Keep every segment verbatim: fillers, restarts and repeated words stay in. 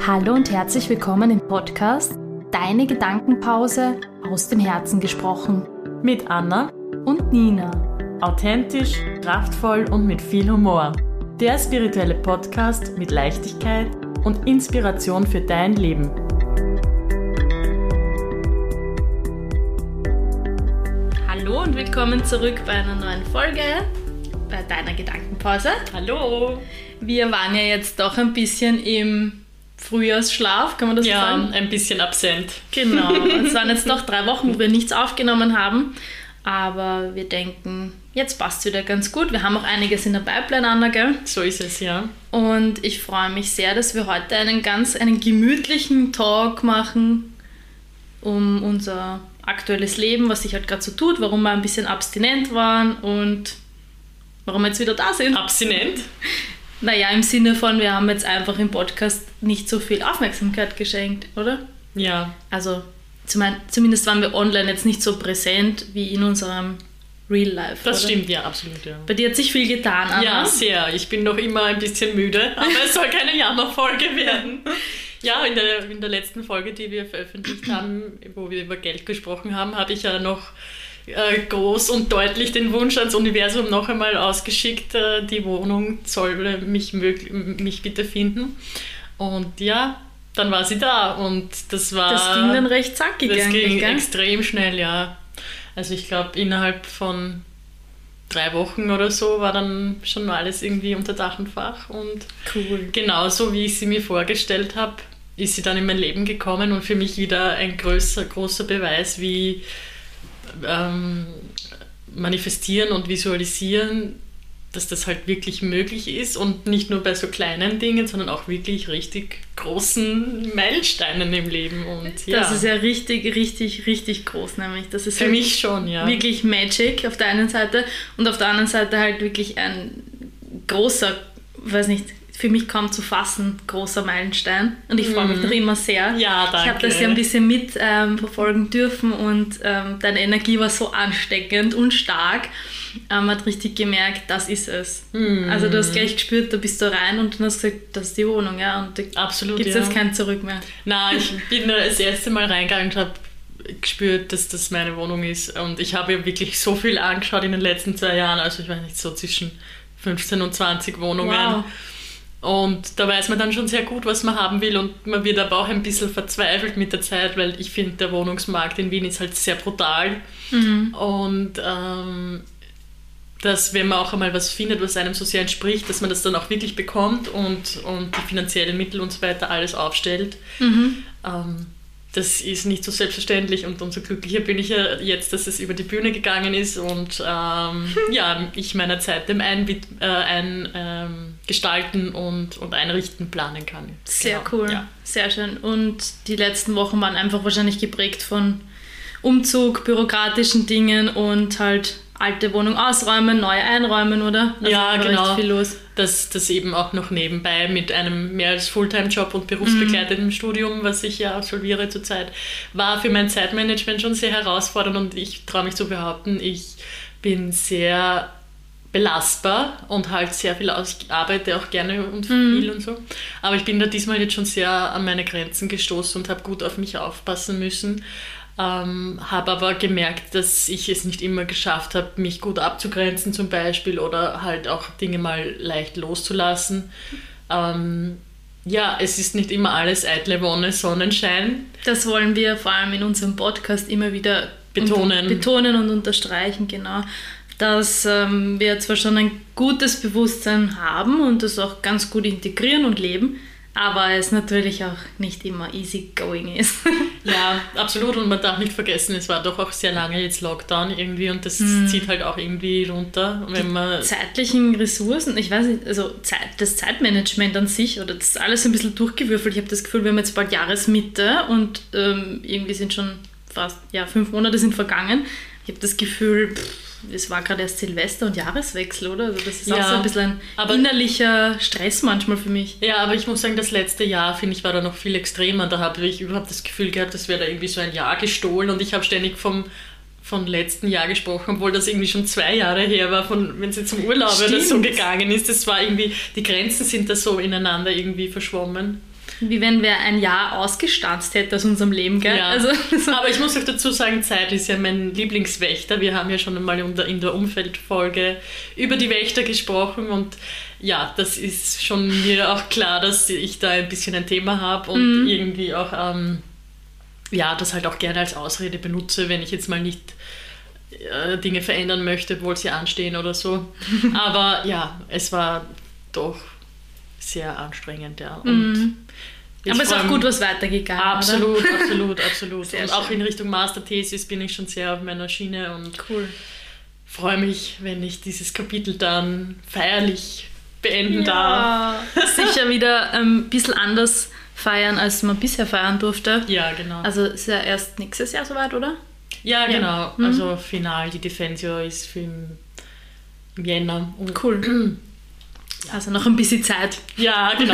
Hallo und herzlich willkommen im Podcast Deine Gedankenpause aus dem Herzen gesprochen. Mit Anna Und Nina. Authentisch, kraftvoll und mit viel Humor. Der spirituelle Podcast mit Leichtigkeit und Inspiration für dein Leben. Hallo und willkommen zurück bei einer neuen Folge bei Deiner Gedankenpause. Hallo! Wir waren ja jetzt doch ein bisschen im Frühjahrsschlaf, kann man das so ja, sagen? Ja, ein bisschen absent. Genau, es waren jetzt doch drei Wochen, wo wir nichts aufgenommen haben, aber wir denken, jetzt passt es wieder ganz gut. Wir haben auch einiges in der Pipeline, Anna, gell? So ist es, ja. Und ich freue mich sehr, dass wir heute einen ganz einen gemütlichen Talk machen um unser aktuelles Leben, was sich halt gerade so tut, warum wir ein bisschen abstinent waren und warum wir jetzt wieder da sind. Abstinent? Naja, im Sinne von, wir haben jetzt einfach im Podcast nicht so viel Aufmerksamkeit geschenkt, oder? Ja. Also zumindest waren wir online jetzt nicht so präsent wie in unserem Real Life. Das oder? Stimmt, ja, absolut, ja. Bei dir hat sich viel getan, Anna. Ja, sehr. Ich bin noch immer ein bisschen müde, aber es soll keine Jammerfolge werden. Ja, in der, in der letzten Folge, die wir veröffentlicht haben, wo wir über Geld gesprochen haben, habe ich ja noch äh, groß und deutlich den Wunsch ans Universum noch einmal ausgeschickt, äh, die Wohnung soll mich, mög- mich bitte finden. Und ja, dann war sie da und das war... Das ging dann recht zackig Das eigentlich, ging gell? extrem schnell, ja. Also ich glaube, innerhalb von drei Wochen oder so war dann schon alles irgendwie unter Dach und Fach. Und cool. Genauso wie ich sie mir vorgestellt habe, ist sie dann in mein Leben gekommen und für mich wieder ein größer, großer Beweis, wie ähm, manifestieren und visualisieren, dass das halt wirklich möglich ist und nicht nur bei so kleinen Dingen, sondern auch wirklich richtig großen Meilensteinen im Leben. Und, ja. Das ist ja richtig, richtig, richtig groß, nämlich. Das ist für halt mich schon, ja. Wirklich Magic auf der einen Seite und auf der anderen Seite halt wirklich ein großer, weiß nicht, für mich kaum zu fassen, großer Meilenstein. Und ich freue mich noch immer sehr. Ja, danke. Ich habe das ja ein bisschen mit ähm, verfolgen dürfen und ähm, deine Energie war so ansteckend und stark. Man ähm, hat richtig gemerkt, das ist es. Mm. Also du hast gleich gespürt, da bist du rein und dann hast gesagt, das ist die Wohnung, ja. Und da gibt es ja. jetzt kein Zurück mehr. Nein, ich bin das erste Mal reingegangen und habe gespürt, dass das meine Wohnung ist. Und ich habe ja wirklich so viel angeschaut in den letzten zwei Jahren, also ich weiß nicht, so zwischen fünfzehn und zwanzig Wohnungen. Wow. Und da weiß man dann schon sehr gut, was man haben will und man wird aber auch ein bisschen verzweifelt mit der Zeit, weil ich finde, der Wohnungsmarkt in Wien ist halt sehr brutal. Mhm. Und ähm, dass, wenn man auch einmal was findet, was einem so sehr entspricht, dass man das dann auch wirklich bekommt und, und die finanziellen Mittel und so weiter alles aufstellt. Mhm. Ähm, das ist nicht so selbstverständlich und umso glücklicher bin ich ja jetzt, dass es über die Bühne gegangen ist und ähm, ja, ich meiner Zeit dem Eingestalten äh, ein, ähm, und, und Einrichten planen kann. Sehr genau. cool, ja. Sehr schön. Und die letzten Wochen waren einfach wahrscheinlich geprägt von Umzug, bürokratischen Dingen und halt alte Wohnung ausräumen, neue einräumen, oder? Also ja, genau. Recht viel los. Das, das eben auch noch nebenbei mit einem mehr als Fulltime-Job und berufsbegleitendem mhm. Studium, was ich ja absolviere zurzeit, war für mein Zeitmanagement schon sehr herausfordernd und ich traue mich zu behaupten, ich bin sehr belastbar und halt sehr viel aus, arbeite auch gerne und viel mhm. und so. Aber ich bin da diesmal jetzt schon sehr an meine Grenzen gestoßen und habe gut auf mich aufpassen müssen. Ähm, habe aber gemerkt, dass ich es nicht immer geschafft habe, mich gut abzugrenzen zum Beispiel oder halt auch Dinge mal leicht loszulassen. Ähm, ja, es ist nicht immer alles eitle Wonne, Sonnenschein. Das wollen wir vor allem in unserem Podcast immer wieder betonen, und, betonen und unterstreichen, genau. Dass ähm, wir zwar schon ein gutes Bewusstsein haben und das auch ganz gut integrieren und leben, aber es natürlich auch nicht immer easy going ist. Ja, absolut. Und man darf nicht vergessen, es war doch auch sehr lange jetzt Lockdown irgendwie und das hm. zieht halt auch irgendwie runter. Wenn man Die zeitlichen Ressourcen, ich weiß nicht, also Zeit, das Zeitmanagement an sich, oder das ist alles ein bisschen durchgewürfelt. Ich habe das Gefühl, wir haben jetzt bald Jahresmitte und ähm, irgendwie sind schon fast, ja, fünf Monate sind vergangen. Ich habe das Gefühl, pff, es war gerade erst Silvester und Jahreswechsel, oder? Also das ist ja, auch so ein bisschen ein innerlicher Stress manchmal für mich. Ja, aber ich muss sagen, das letzte Jahr, finde ich, war da noch viel extremer. Da habe ich überhaupt das Gefühl gehabt, das wäre da irgendwie so ein Jahr gestohlen und ich habe ständig vom, vom letzten Jahr gesprochen, obwohl das irgendwie schon zwei Jahre her war, von, wenn sie zum Urlaub oder so gegangen ist. Das war irgendwie, die Grenzen sind da so ineinander irgendwie verschwommen. Wie wenn wer ein Jahr ausgestanzt hätte aus unserem Leben, gell? Ja. Also, so. Aber ich muss auch dazu sagen, Zeit ist ja mein Lieblingswächter. Wir haben ja schon einmal in der Umfeldfolge über die Wächter gesprochen und ja, das ist schon mir auch klar, dass ich da ein bisschen ein Thema habe und mhm. irgendwie auch ähm, ja, das halt auch gerne als Ausrede benutze, wenn ich jetzt mal nicht äh, Dinge verändern möchte, obwohl sie anstehen oder so. Aber ja, es war doch sehr anstrengend, ja. Und mhm. Aber es ist auch gut was weitergegangen, absolut, oder? absolut, absolut. Sehr und schön. Auch in Richtung Masterthesis bin ich schon sehr auf meiner Schiene und cool. freue mich, wenn ich dieses Kapitel dann feierlich beenden ja. darf. Sicher wieder ein bisschen anders feiern, als man bisher feiern durfte. Ja, genau. Also ist ja erst nächstes Jahr soweit, oder? Ja, genau. Ja. Also mhm. final, die Defensio ist für im, im Jänner. Und cool. Also noch ein bisschen Zeit. Ja, genau.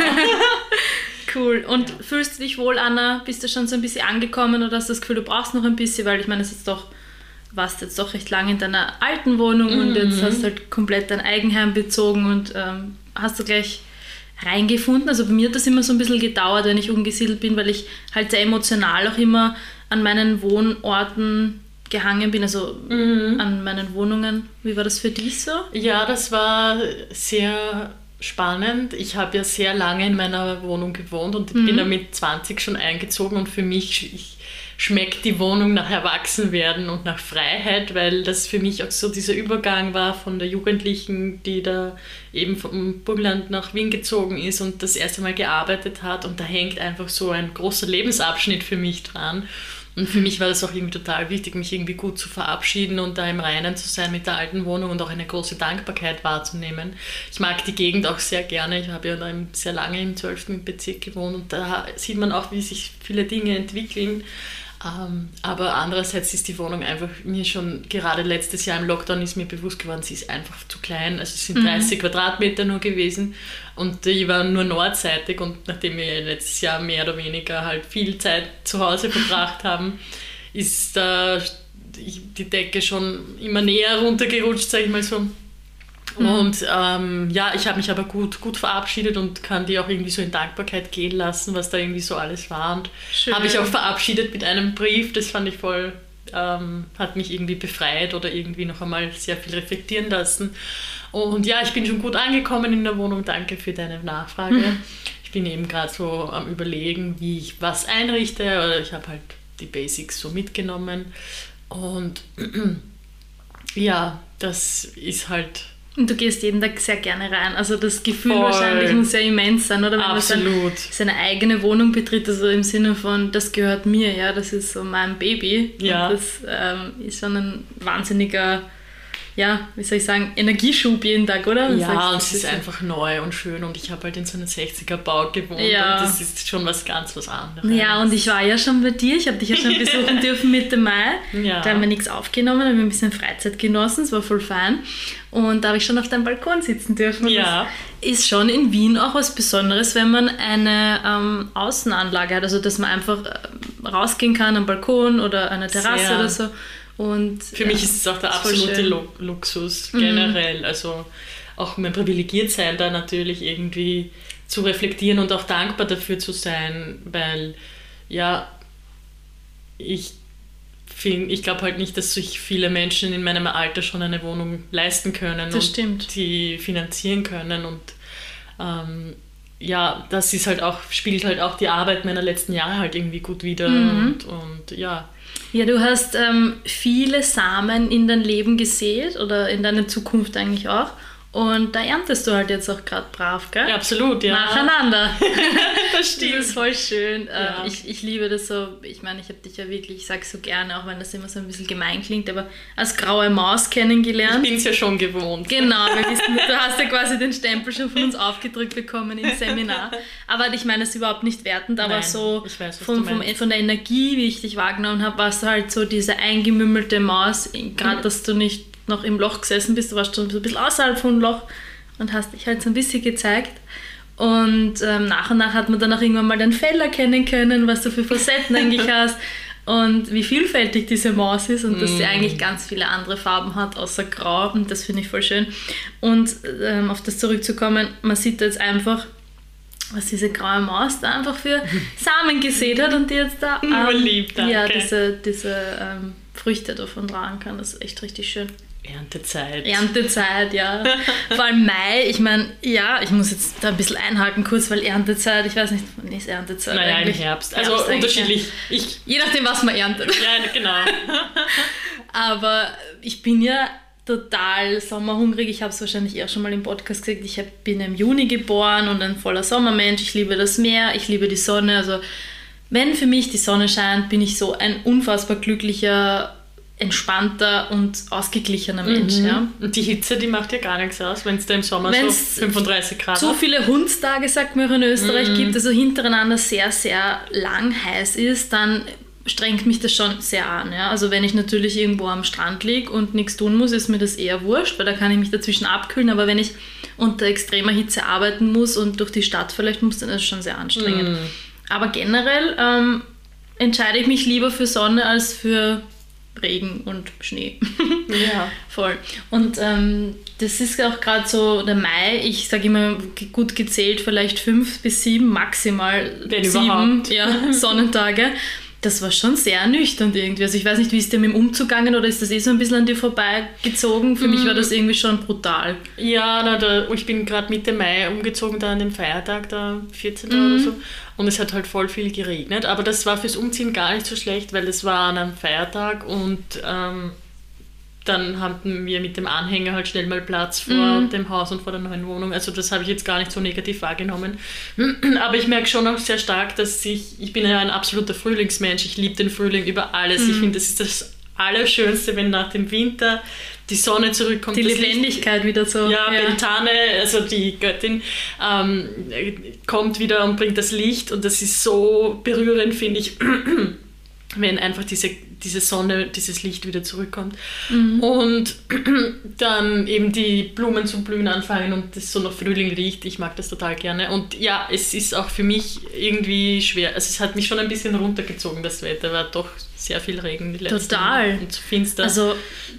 Cool. Und ja. fühlst du dich wohl, Anna? Bist du schon so ein bisschen angekommen oder hast du das Gefühl, du brauchst noch ein bisschen? Weil ich meine, es ist doch, warst jetzt doch recht lange in deiner alten Wohnung mhm. und jetzt hast du halt komplett dein Eigenheim bezogen und ähm, hast du gleich reingefunden. Also bei mir hat das immer so ein bisschen gedauert, wenn ich umgesiedelt bin, weil ich halt sehr emotional auch immer an meinen Wohnorten gehangen bin, also mhm. an meinen Wohnungen. Wie war das für dich so? Ja, das war sehr spannend. Ich habe ja sehr lange in meiner Wohnung gewohnt und mhm. bin dann mit zwanzig schon eingezogen und für mich ich, schmeckt die Wohnung nach Erwachsenwerden und nach Freiheit, weil das für mich auch so dieser Übergang war von der Jugendlichen, die da eben vom Burgenland nach Wien gezogen ist und das erste Mal gearbeitet hat und da hängt einfach so ein großer Lebensabschnitt für mich dran. Und für mich war das auch irgendwie total wichtig, mich irgendwie gut zu verabschieden und da im Reinen zu sein mit der alten Wohnung und auch eine große Dankbarkeit wahrzunehmen. Ich mag die Gegend auch sehr gerne. Ich habe ja da sehr lange im zwölften Bezirk gewohnt und da sieht man auch, wie sich viele Dinge entwickeln. Ähm, aber andererseits ist die Wohnung einfach mir schon, gerade letztes Jahr im Lockdown ist mir bewusst geworden, sie ist einfach zu klein. Also es sind mhm. dreißig Quadratmeter nur gewesen und die waren nur nordseitig und nachdem wir letztes Jahr mehr oder weniger halt viel Zeit zu Hause verbracht haben, ist äh, die Decke schon immer näher runtergerutscht, sage ich mal so. Mhm. Und ähm, ja, ich habe mich aber gut, gut verabschiedet und kann die auch irgendwie so in Dankbarkeit gehen lassen, was da irgendwie so alles war. Und habe ich auch verabschiedet mit einem Brief, das fand ich voll, ähm, hat mich irgendwie befreit oder irgendwie noch einmal sehr viel reflektieren lassen. Und ja, ich bin schon gut angekommen in der Wohnung, danke für deine Nachfrage. Mhm. Ich bin eben gerade so am Überlegen, wie ich was einrichte, oder ich habe halt die Basics so mitgenommen. Und ja, das ist halt... Und du gehst jeden Tag sehr gerne rein. Also das Gefühl Voll. wahrscheinlich muss ja immens sein, oder? Wenn Absolut. man seine, seine eigene Wohnung betritt, also im Sinne von, das gehört mir, ja, das ist so mein Baby. Ja. Und das ähm, ist schon ein wahnsinniger, ja, wie soll ich sagen, Energieschub jeden Tag, oder? Und ja, sagst, und es ist einfach neu und schön und ich habe halt in so einem sechziger-Bau gewohnt ja. und das ist schon was ganz was anderes. Ja, und ich war ja schon bei dir, ich habe dich ja schon besuchen dürfen Mitte Mai. Ja. Da haben wir nichts aufgenommen, haben wir ein bisschen Freizeit genossen, es war voll fein. Und da habe ich schon auf deinem Balkon sitzen dürfen. Ja. Das ist schon in Wien auch was Besonderes, wenn man eine ähm, Außenanlage hat, also dass man einfach äh, rausgehen kann am Balkon oder eine Terrasse Sehr. oder so. Und, Für ja, mich ist es auch der absolute Lu- Luxus generell. Mhm. Also auch mein Privilegiertsein da natürlich irgendwie zu reflektieren und auch dankbar dafür zu sein, weil ja, ich finde, ich glaube halt nicht, dass sich viele Menschen in meinem Alter schon eine Wohnung leisten können das und stimmt. die finanzieren können und ähm, ja, das ist halt auch, spiegelt halt auch die Arbeit meiner letzten Jahre halt irgendwie gut wider Mhm. und, und ja. Ja, du hast ähm, viele Samen in dein Leben gesät oder in deine Zukunft eigentlich auch. Und da erntest du halt jetzt auch gerade brav, gell? Ja, absolut, ja. Nacheinander. Das stimmt. Das ist voll schön. Ja. Ähm, ich, ich liebe das so. Ich meine, ich habe dich ja wirklich, ich sage so gerne, auch wenn das immer so ein bisschen gemein klingt, aber als graue Maus kennengelernt. Ich bin es ja schon gewohnt. Genau, wir wissen, du hast ja quasi den Stempel schon von uns aufgedrückt bekommen im Seminar. Aber ich meine, das ist überhaupt nicht wertend, aber Nein, so ich weiß, was vom, du vom, meinst. von der Energie, wie ich dich wahrgenommen habe, warst du halt so diese eingemümmelte Maus, gerade dass du nicht noch im Loch gesessen bist, du warst schon so ein bisschen außerhalb vom Loch und hast dich halt so ein bisschen gezeigt. Und ähm, nach und nach hat man dann auch irgendwann mal deinen Fell erkennen können, was du für Facetten eigentlich hast und wie vielfältig diese Maus ist und dass sie eigentlich ganz viele andere Farben hat, außer Grau, und das finde ich voll schön. Und ähm, auf das zurückzukommen, man sieht jetzt einfach, was diese graue Maus da einfach für Samen gesät hat und die jetzt da ähm, lieb, danke. Ja, diese, diese ähm, Früchte davon tragen kann. Das ist echt richtig schön. Erntezeit. Erntezeit, ja. Vor allem Mai, ich meine, ja, ich muss jetzt da ein bisschen einhaken kurz, weil Erntezeit, ich weiß nicht, wann ist Erntezeit naja, eigentlich? im Herbst. Also Herbst unterschiedlich. Ja. Ich, Je nachdem, was man erntet. Ja, genau. Aber ich bin ja total sommerhungrig. Ich habe es wahrscheinlich auch schon mal im Podcast gesagt. Ich hab, bin im Juni geboren und ein voller Sommermensch. Ich liebe das Meer, ich liebe die Sonne. Also wenn für mich die Sonne scheint, bin ich so ein unfassbar glücklicher, entspannter und ausgeglichener Mensch. Mhm. Ja. Und die Hitze, die macht ja gar nichts aus, wenn es da im Sommer Wenn's so fünfunddreißig Grad so hat. viele Hundstage, sagt man auch in Österreich, Mhm. gibt, also hintereinander sehr, sehr lang heiß ist, dann strengt mich das schon sehr an. Ja? Also wenn ich natürlich irgendwo am Strand liege und nichts tun muss, ist mir das eher wurscht, weil da kann ich mich dazwischen abkühlen. Aber wenn ich unter extremer Hitze arbeiten muss und durch die Stadt vielleicht muss, dann ist es schon sehr anstrengend. Mhm. Aber generell ähm, entscheide ich mich lieber für Sonne als für Regen und Schnee. Ja. Voll. Und ähm, das ist auch gerade so der Mai, ich sage immer gut gezählt, vielleicht fünf bis sieben, maximal Wenn sieben überhaupt. ja, Sonnentage. Das war schon sehr ernüchternd irgendwie. Also ich weiß nicht, wie ist dir mit dem Umzug gegangen oder ist das eh so ein bisschen an dir vorbeigezogen? Für mm. mich war das irgendwie schon brutal. Ja, na, da, ich bin gerade Mitte Mai umgezogen, da an dem Feiertag, da vierzehnten Mm. oder so. Und es hat halt voll viel geregnet. Aber das war fürs Umziehen gar nicht so schlecht, weil das war an einem Feiertag und ähm, dann hatten wir mit dem Anhänger halt schnell mal Platz vor Mhm. dem Haus und vor der neuen Wohnung. Also das habe ich jetzt gar nicht so negativ wahrgenommen. Aber ich merke schon auch sehr stark, dass ich, ich bin ja ein absoluter Frühlingsmensch. Ich liebe den Frühling über alles. Mhm. Ich finde, das ist das Allerschönste, wenn nach dem Winter die Sonne zurückkommt. Die das Lebendigkeit wieder so. Ja, ja. Beltane, also die Göttin, ähm, kommt wieder und bringt das Licht und das ist so berührend, finde ich, wenn einfach diese, diese Sonne, dieses Licht wieder zurückkommt. Mhm. Und dann eben die Blumen zu blühen anfangen und das so nach Frühling riecht. Ich mag das total gerne. Und ja, es ist auch für mich irgendwie schwer. Also es hat mich schon ein bisschen runtergezogen, das Wetter. War doch sehr viel Regen die letzten Total. Wochen und finster. Also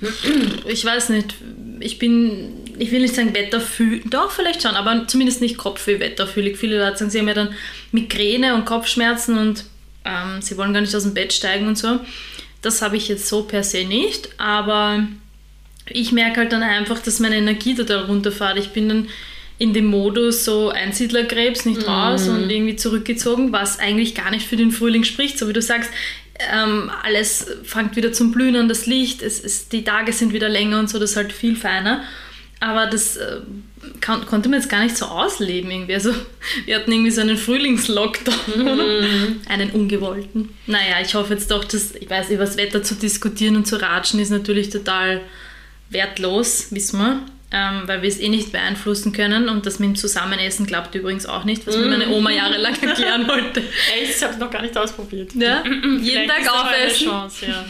ich weiß nicht, ich bin, ich will nicht sagen wetterfühlig, doch vielleicht schon, aber zumindest nicht Kopfweh-wetterfühlig. Viele Leute sagen, sie haben ja dann Migräne und Kopfschmerzen und ähm, sie wollen gar nicht aus dem Bett steigen und so. Das habe ich jetzt so per se nicht, aber ich merke halt dann einfach, dass meine Energie total runterfährt. Ich bin dann in dem Modus so Einsiedlerkrebs, nicht raus und irgendwie zurückgezogen, was eigentlich gar nicht für den Frühling spricht, so wie du sagst. Ähm, alles fängt wieder zum Blühen an, das Licht, es ist, die Tage sind wieder länger und so, das ist halt viel feiner. Aber das äh, kann, konnte man jetzt gar nicht so ausleben irgendwie. Also wir hatten irgendwie so einen Frühlingslockdown, oder? Einen ungewollten. Naja, ich hoffe jetzt doch, dass, ich weiß, über das Wetter zu diskutieren und zu ratschen ist natürlich total wertlos, wissen wir. Ähm, weil wir es eh nicht beeinflussen können und das mit dem Zusammenessen klappt übrigens auch nicht, was mir meine Oma jahrelang erklären wollte. Echt? Ich habe es noch gar nicht ausprobiert. Ja? Jeden Vielleicht Tag ist aber eine aufessen. Chance, ja.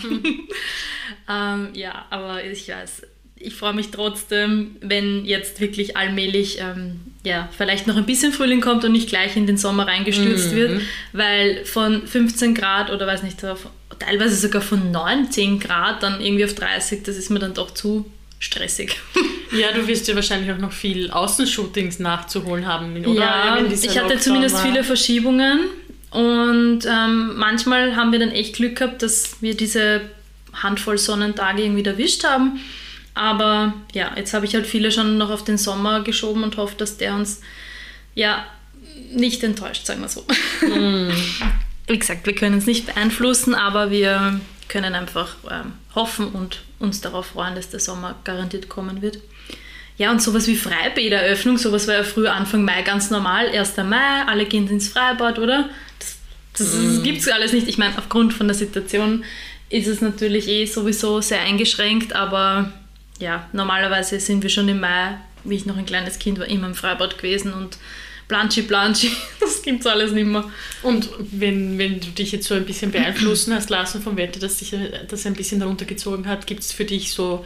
ähm, ja, aber ich weiß, ich freue mich trotzdem, wenn jetzt wirklich allmählich ähm, ja, vielleicht noch ein bisschen Frühling kommt und nicht gleich in den Sommer reingestürzt Mhm. wird, weil von fünfzehn Grad oder weiß nicht, auf, teilweise sogar von neunzehn Grad dann irgendwie auf dreißig, das ist mir dann doch zu stressig. Ja, du wirst ja wahrscheinlich auch noch viel Außenshootings nachzuholen haben, oder? Ja, wenn dieser ich hatte Lockdown zumindest war. viele Verschiebungen und ähm, manchmal haben wir dann echt Glück gehabt, dass wir diese Handvoll Sonnentage irgendwie erwischt haben. Aber ja, jetzt habe ich halt viele schon noch auf den Sommer geschoben und hoffe, dass der uns ja nicht enttäuscht, sagen wir so. Mm. Wie gesagt, wir können es nicht beeinflussen, aber wir können einfach ähm, hoffen und uns darauf freuen, dass der Sommer garantiert kommen wird. Ja, und sowas wie Freibäderöffnung, sowas war ja früher Anfang Mai ganz normal. erster Mai, alle gehen ins Freibad, oder? Das, das, das gibt es alles nicht. Ich meine, aufgrund von der Situation ist es natürlich eh sowieso sehr eingeschränkt, aber ja, normalerweise sind wir schon im Mai, wie ich noch ein kleines Kind war, immer im Freibad gewesen und Planschi, Planschi, das gibt's alles nicht mehr. Und wenn, wenn du dich jetzt so ein bisschen beeinflussen hast lassen vom Wetter, dass sich das ein bisschen runtergezogen hat, gibt es für dich so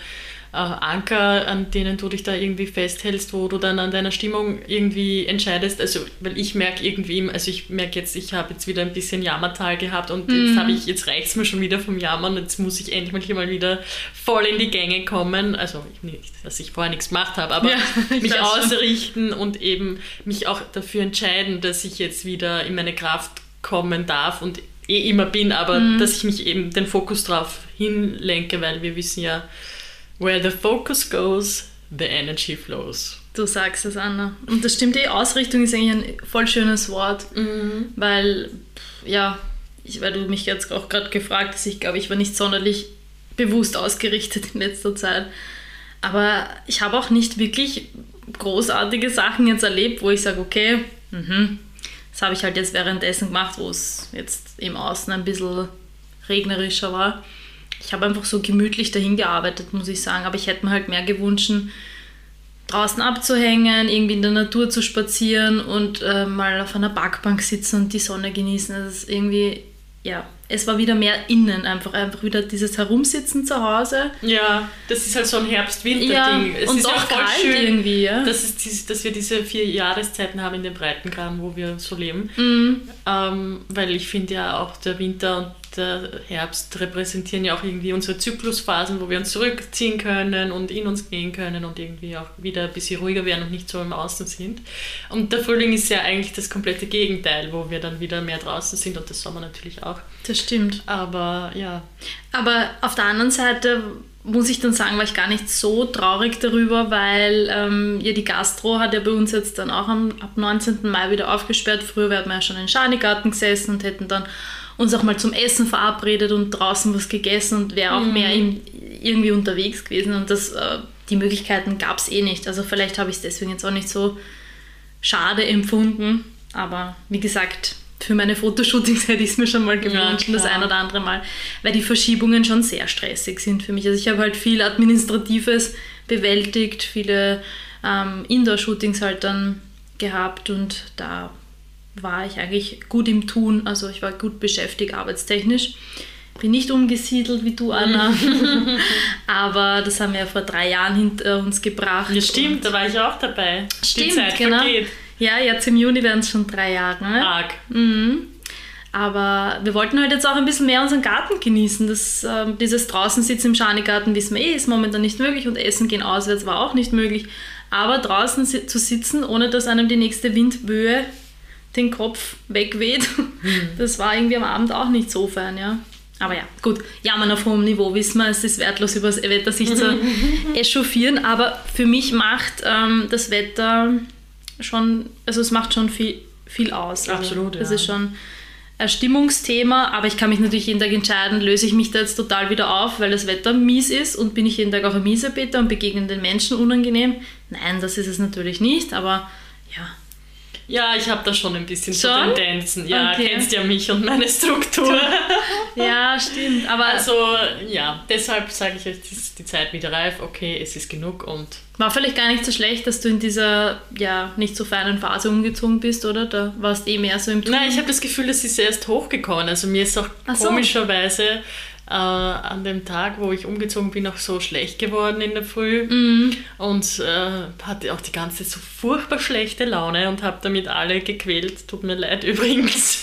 äh, Anker, an denen du dich da irgendwie festhältst, wo du dann an deiner Stimmung irgendwie entscheidest. Also, weil ich merke irgendwie, also ich merke jetzt, ich habe jetzt wieder ein bisschen Jammertal gehabt und Mhm. jetzt habe ich, jetzt reicht es mir schon wieder vom Jammern, jetzt muss ich endlich mal wieder voll in die Gänge kommen. Also nicht, dass ich vorher nichts gemacht habe, aber Ja, ich mich weiß schon. ausrichten und eben mich auch dafür entscheiden, dass ich jetzt wieder in meine Kraft kommen darf und eh immer bin, aber Mhm. dass ich mich eben den Fokus drauf hinlenke, weil wir wissen ja, where the focus goes, the energy flows. Du sagst es, Anna. Und das stimmt, die Ausrichtung ist eigentlich ein voll schönes Wort, Mhm. weil, pff, ja, ich, weil du mich jetzt auch gerade gefragt hast, ich glaube, ich war nicht sonderlich bewusst ausgerichtet in letzter Zeit. Aber ich habe auch nicht wirklich großartige Sachen jetzt erlebt, wo ich sage, okay, mhm, das habe ich halt jetzt währenddessen gemacht, wo es jetzt im Außen ein bisschen regnerischer war. Ich habe einfach so gemütlich dahin gearbeitet, muss ich sagen. Aber ich hätte mir halt mehr gewünscht, draußen abzuhängen, irgendwie in der Natur zu spazieren und äh, mal auf einer Parkbank sitzen und die Sonne genießen. Das ist irgendwie, ja, es war wieder mehr innen, einfach, einfach wieder dieses Herumsitzen zu Hause. Ja, das ist halt so ein Herbst-Winter-Ding. Ja, Es und ist auch ja voll kalt schön, irgendwie, ja. dass, es dies, dass wir diese vier Jahreszeiten haben in den Breitengraden, wo wir so leben. Mhm. Ähm, weil ich finde ja auch der Winter und der Herbst repräsentieren ja auch irgendwie unsere Zyklusphasen, wo wir uns zurückziehen können und in uns gehen können und irgendwie auch wieder ein bisschen ruhiger werden und nicht so im Außen sind. Und der Frühling ist ja eigentlich das komplette Gegenteil, wo wir dann wieder mehr draußen sind und der Sommer natürlich auch. Das stimmt. Aber ja. Aber auf der anderen Seite muss ich dann sagen, war ich gar nicht so traurig darüber, weil ähm, ja, die Gastro hat ja bei uns jetzt dann auch am, ab neunzehnten Mai wieder aufgesperrt. Früher wären wir ja schon in den Schanigarten gesessen und hätten dann uns auch mal zum Essen verabredet und draußen was gegessen und wäre auch Mhm. mehr im, irgendwie unterwegs gewesen. Und das, äh, die Möglichkeiten gab es eh nicht. Also vielleicht habe ich es deswegen jetzt auch nicht so schade empfunden. Aber wie gesagt, für meine Fotoshootings hätte ich es mir schon mal gewünscht, Ja, das klar. ein oder andere Mal, weil die Verschiebungen schon sehr stressig sind für mich. Also ich habe halt viel Administratives bewältigt, viele ähm, Indoor-Shootings halt dann gehabt und da war ich eigentlich gut im Tun, also ich war gut beschäftigt arbeitstechnisch. Bin nicht umgesiedelt wie du, Anna, aber das haben wir ja vor drei Jahren hinter uns gebracht. Ja, stimmt, da war ich auch dabei. Die Stimmt, Zeit genau. vergeht. Ja, jetzt im Juni werden es schon drei Jahre. Ne? Arg. Mhm. Aber wir wollten halt jetzt auch ein bisschen mehr unseren Garten genießen. Das, ähm, dieses Draußensitzen im Schanigarten, wissen wir eh, ist momentan nicht möglich und Essen gehen auswärts war auch nicht möglich. Aber draußen si- zu sitzen, ohne dass einem die nächste Windböe den Kopf wegweht, das war irgendwie am Abend auch nicht so fein, ja. Aber ja, gut, jammern auf hohem Niveau, wissen wir, es ist wertlos, über das Wetter sich zu echauffieren. Aber für mich macht ähm, das Wetter schon, also es macht schon viel, viel aus. Also Absolut, ja. Das ist schon ein Stimmungsthema, aber ich kann mich natürlich jeden Tag entscheiden, löse ich mich da jetzt total wieder auf, weil das Wetter mies ist und bin ich jeden Tag auf ein Miesepeter und begegne den Menschen unangenehm? Nein, das ist es natürlich nicht, aber ja. Ja, ich habe da schon ein bisschen so Schon? Tendenzen. Ja, Okay. kennst ja mich und meine Struktur. Ja, stimmt, aber Also ja, deshalb sage ich euch, ist die Zeit wieder reif. Okay, es ist genug und war vielleicht gar nicht so schlecht, dass du in dieser ja nicht so feinen Phase umgezogen bist, oder? Da warst eh mehr so im Tun. nein, ich habe das Gefühl, das ist erst hochgekommen. Also mir ist auch Ach so. komischerweise äh, an dem Tag, wo ich umgezogen bin, auch so schlecht geworden in der Früh Mhm. und äh, hatte auch die ganze so furchtbar schlechte Laune und habe damit alle gequält. Tut mir leid übrigens.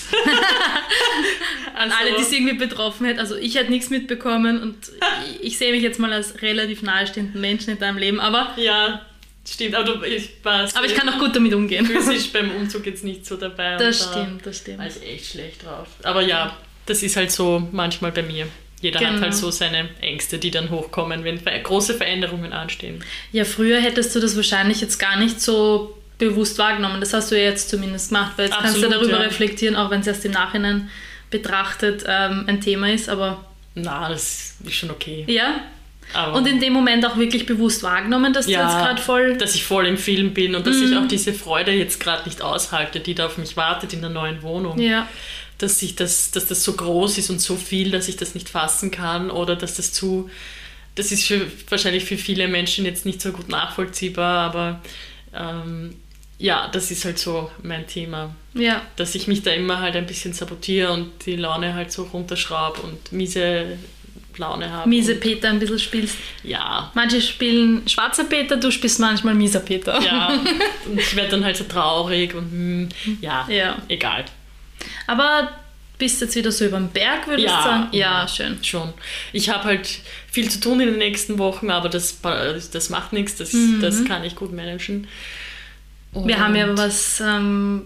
An Also- alle, die es irgendwie betroffen hätte. Also ich hätte nichts mitbekommen und ich, ich sehe mich jetzt mal als relativ nahestehenden Menschen in deinem Leben, aber, Ja, stimmt. Aber du, ich war aber ich kann auch gut damit umgehen. physisch beim Umzug jetzt nicht so dabei. Das und da stimmt, das stimmt. war ich echt schlecht drauf. Aber ja, das ist halt so manchmal bei mir. Jeder hat Genau. halt so seine Ängste, die dann hochkommen, wenn ver- große Veränderungen anstehen. Ja, früher hättest du das wahrscheinlich jetzt gar nicht so bewusst wahrgenommen. Das hast du ja jetzt zumindest gemacht, weil jetzt kannst du Absolut, darüber ja. reflektieren, auch wenn es erst im Nachhinein betrachtet ähm, ein Thema ist. Aber Na, das ist schon okay. ja, Aber und in dem Moment auch wirklich bewusst wahrgenommen, dass du jetzt gerade voll... dass ich voll im Film bin und dass ich Mhm. auch diese Freude jetzt gerade nicht aushalte, die da auf mich wartet in der neuen Wohnung. Ja, Dass, ich das, dass das so groß ist und so viel, dass ich das nicht fassen kann oder dass das zu... Das ist für, wahrscheinlich für viele Menschen jetzt nicht so gut nachvollziehbar, aber ähm, ja, das ist halt so mein Thema. ja. Dass ich mich da immer halt ein bisschen sabotiere und die Laune halt so runterschraube und miese Laune habe. Miese Peter ein bisschen spielst. Ja. Manche spielen schwarzer Peter, du spielst manchmal mieser Peter. Ja, und ich werde dann halt so traurig und hm, ja, ja, egal. Aber bist jetzt wieder so über den Berg, würdest du ja, sagen? Ja, schön. Schon. Ich habe halt viel zu tun in den nächsten Wochen, aber das, das macht nichts, das, Mhm. das kann ich gut managen. Und Wir haben ja was ähm,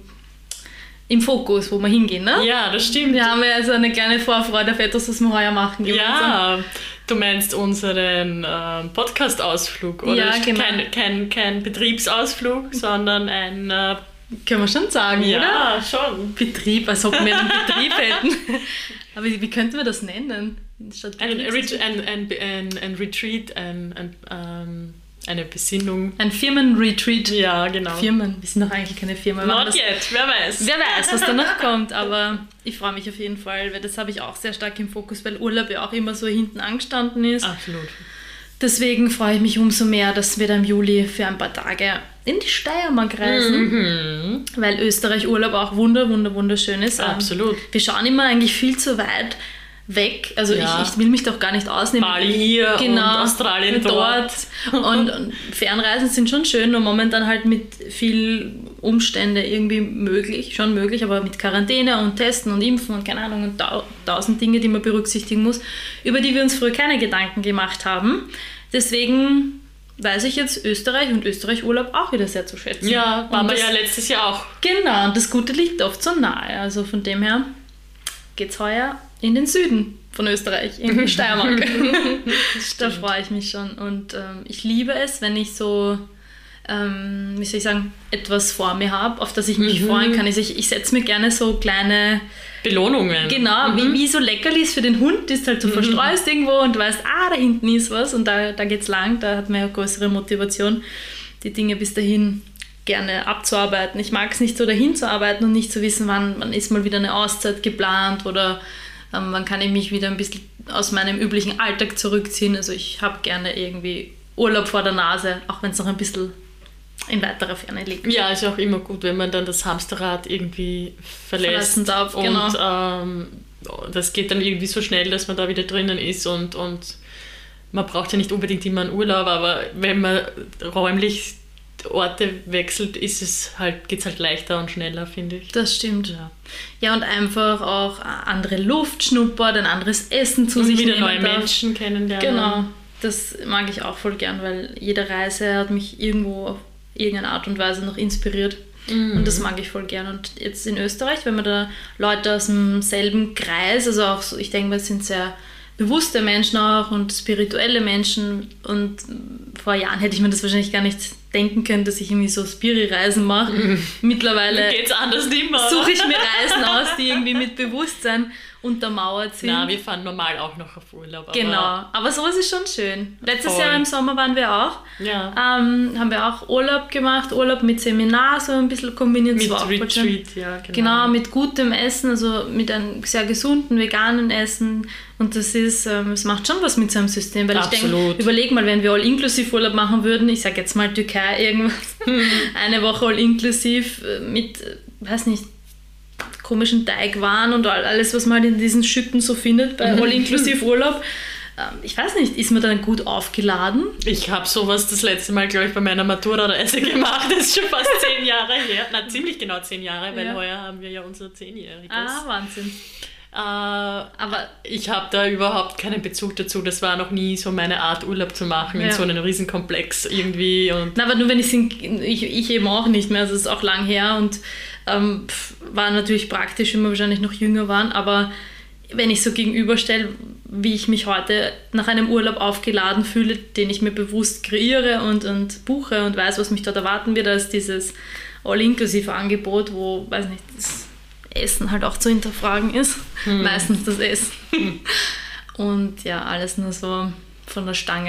im Fokus, wo wir hingehen, ne? ja, das stimmt. Wir haben ja also eine kleine Vorfreude auf etwas, was wir heuer machen. Ja, du meinst unseren äh, Podcast-Ausflug, oder? Ja, genau. Kein, kein, kein Betriebsausflug, sondern ein äh, Können wir schon sagen, oder? ja, schon. Betrieb, als ob wir einen Betrieb hätten. Aber wie, wie könnten wir das nennen? Statt Ein, Betriebs- ein, ein, ein, ein Retreat, ein, ein, ähm, eine Besinnung. Ein Firmenretreat. Ja, genau. Firmen, wir sind doch eigentlich keine Firma. Wir machen Not das- yet, wer weiß. Wer weiß, was da noch kommt, aber ich freue mich auf jeden Fall, weil das habe ich auch sehr stark im Fokus, weil Urlaub ja auch immer so hinten angestanden ist. Absolut. Deswegen freue ich mich umso mehr, dass wir da im Juli für ein paar Tage in die Steiermark reisen, Mhm. weil Österreich Urlaub auch wunder, wunder, wunderschön ist. Ähm, Absolut. Wir schauen immer eigentlich viel zu weit weg, also Ja. ich, ich will mich doch gar nicht ausnehmen. Bali hier Genau, und Australien dort. Und, und Fernreisen sind schon schön, nur momentan halt mit viel Umstände irgendwie möglich, schon möglich, aber mit Quarantäne und Testen und Impfen und keine Ahnung und tau tausend Dinge, die man berücksichtigen muss, über die wir uns früher keine Gedanken gemacht haben. Deswegen weiß ich jetzt Österreich und Österreich-Urlaub auch wieder sehr zu schätzen. Ja, waren und wir das, ja letztes Jahr auch. Genau, und das Gute liegt oft so nahe. Also von dem her geht's heuer in den Süden von Österreich, in die Steiermark. Da freue ich mich schon. Und ähm, ich liebe es, wenn ich so, ähm, wie soll ich sagen, etwas vor mir habe, auf das ich mich Mhm. freuen kann. Also ich, ich setze mir gerne so kleine, Belohnungen. genau, Mhm. wie, wie so Leckerlis für den Hund, die ist halt so verstreust irgendwo und du weißt, ah, da hinten ist was und da, da geht's lang, da hat man ja größere Motivation, die Dinge bis dahin gerne abzuarbeiten. Ich mag es nicht so dahin zu arbeiten und nicht zu wissen, wann, wann ist mal wieder eine Auszeit geplant oder ähm, wann kann ich mich wieder ein bisschen aus meinem üblichen Alltag zurückziehen. Also ich habe gerne irgendwie Urlaub vor der Nase, auch wenn es noch ein bisschen in weiterer Ferne liegt. Ja, ist auch immer gut, wenn man dann das Hamsterrad irgendwie verlässt. Verlassen darf, und genau. ähm, das geht dann irgendwie so schnell, dass man da wieder drinnen ist und, und man braucht ja nicht unbedingt immer einen Urlaub, aber wenn man räumlich Orte wechselt, ist es halt, geht es halt leichter und schneller, finde ich. Das stimmt. Ja. Ja, und einfach auch andere Luft schnuppert, ein anderes Essen zu Und sich wieder nehmen neue darf. Menschen kennenlernen. Genau, das mag ich auch voll gern, weil jede Reise hat mich irgendwo auf irgendeine Art und Weise noch inspiriert. Mhm. Und das mag ich voll gern. Und jetzt in Österreich, wenn man da Leute aus demselben Kreis, also auch so, ich denke mal, es sind sehr bewusste Menschen auch und spirituelle Menschen. Und vor Jahren hätte ich mir das wahrscheinlich gar nicht denken können, dass ich irgendwie so Spiri-Reisen mache. Mhm. Mittlerweile Geht's anders nicht mehr? suche ich mir Reisen aus, die irgendwie mit Bewusstsein untermauert sind. Na, wir fahren normal auch noch auf Urlaub. Aber Genau, aber sowas ist schon schön. Letztes Voll. Jahr im Sommer waren wir auch. Ja. Ähm, haben wir auch Urlaub gemacht, Urlaub mit Seminar, so ein bisschen kombiniert. Das Mit war auch voll schön. Retreat, ja, genau. Genau, mit gutem Essen, also mit einem sehr gesunden, veganen Essen. Und das ist, ähm, es macht schon was mit so einem System. Weil ich Absolut. denke, überleg mal, wenn wir all-inklusiv Urlaub machen würden, ich sage jetzt mal Türkei, irgendwas, eine Woche all-inklusiv äh, mit, äh, weiß nicht, komischen Teigwaren und all- alles, was man halt in diesen Schütten so findet bei all-inklusiv Urlaub. Ähm, ich weiß nicht, ist man dann gut aufgeladen? Ich habe sowas das letzte Mal, glaube ich, bei meiner Matura-Reise gemacht. Das ist schon fast zehn Jahre her. Na, ziemlich genau zehn Jahre, weil Ja. heuer haben wir ja unser Zehnjähriges. Ah, Wahnsinn. Äh, Aber ich habe da überhaupt keinen Bezug dazu. Das war noch nie so meine Art, Urlaub zu machen, Ja. in so einem Riesenkomplex irgendwie. Und Na, aber nur wenn ich ich, ich eben auch nicht mehr, also es ist auch lang her und ähm, pf, war natürlich praktisch, wenn wir wahrscheinlich noch jünger waren, aber wenn ich so gegenüberstelle, wie ich mich heute nach einem Urlaub aufgeladen fühle, den ich mir bewusst kreiere und, und buche und weiß, was mich dort erwarten wird, als dieses All-Inklusive-Angebot, wo, weiß nicht, das Essen halt auch zu hinterfragen ist, meistens das Essen. Und ja, alles nur so von der Stange.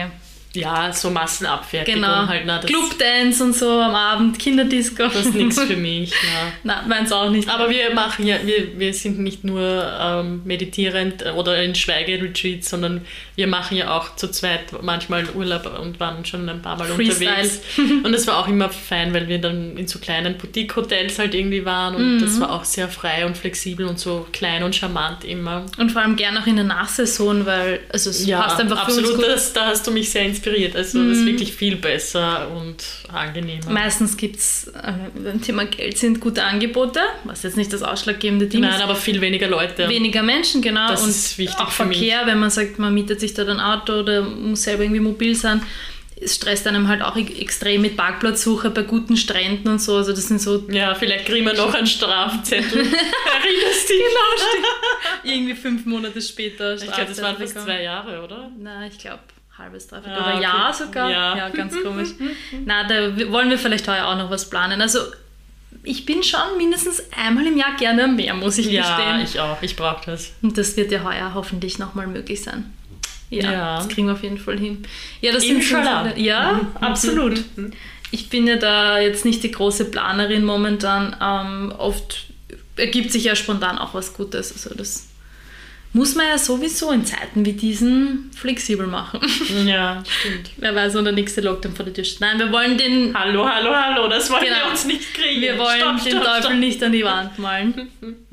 Ja, so Massenabfertigung Genau. halt. Na, das, Clubdance und so am Abend, Kinderdisco. das ist nichts für mich. Na. Nein, meins auch nicht. Aber wir machen ja, wir, wir sind nicht nur ähm, meditierend oder in Schweigeretreats, sondern wir machen ja auch zu zweit manchmal Urlaub und waren schon ein paar Mal Freestyle. unterwegs. Und das war auch immer fein, weil wir dann in so kleinen Boutique-Hotels halt irgendwie waren und Mhm. das war auch sehr frei und flexibel und so klein und charmant immer. Und vor allem gern auch in der Nachsaison, weil also es Ja, passt einfach für absolut, uns gut. das, da hast du mich sehr inspiriert. Also das ist wirklich viel besser und angenehmer. Meistens gibt es äh, beim Thema Geld sind gute Angebote, was jetzt nicht das ausschlaggebende Ding Nein, ist. aber viel weniger Leute. Weniger Menschen, genau. Das und ist wichtig auch für mich. Verkehr, wenn man sagt, man mietet sich da ein Auto oder muss selber irgendwie mobil sein. Es stresst einem halt auch e- extrem mit Parkplatzsuche bei guten Stränden und so. Also das sind so Ja, vielleicht kriegen wir noch einen Strafzettel. Erinnerst du dich? Genau, irgendwie fünf Monate später. Ich glaube, das waren fast bekommen. zwei Jahre, oder? Nein, ich glaube halbes, dreiviertel Ah, oder okay. Jahr sogar. Ja. Ja, ganz komisch. Na, da wollen wir vielleicht heuer auch noch was planen. Also ich bin schon mindestens einmal im Jahr gerne am Meer, muss ich Ja, gestehen. ich auch. Ich brauche das. Und das wird ja heuer hoffentlich nochmal möglich sein. Ja, Ja. das kriegen wir auf jeden Fall hin. Ja, das Inshallah. sind so, ja, absolut. Ich bin ja da jetzt nicht die große Planerin momentan. Ähm, oft ergibt sich ja spontan auch was Gutes. Also das muss man ja sowieso in Zeiten wie diesen flexibel machen. Ja, stimmt. Wer weiß, wann der nächste Lockdown vor der Tür steht. Nein, wir wollen den, Hallo, hallo, hallo, das wollen Genau. wir uns nicht kriegen. wir wollen stopp, den stopp, Teufel stopp. nicht an die Wand malen.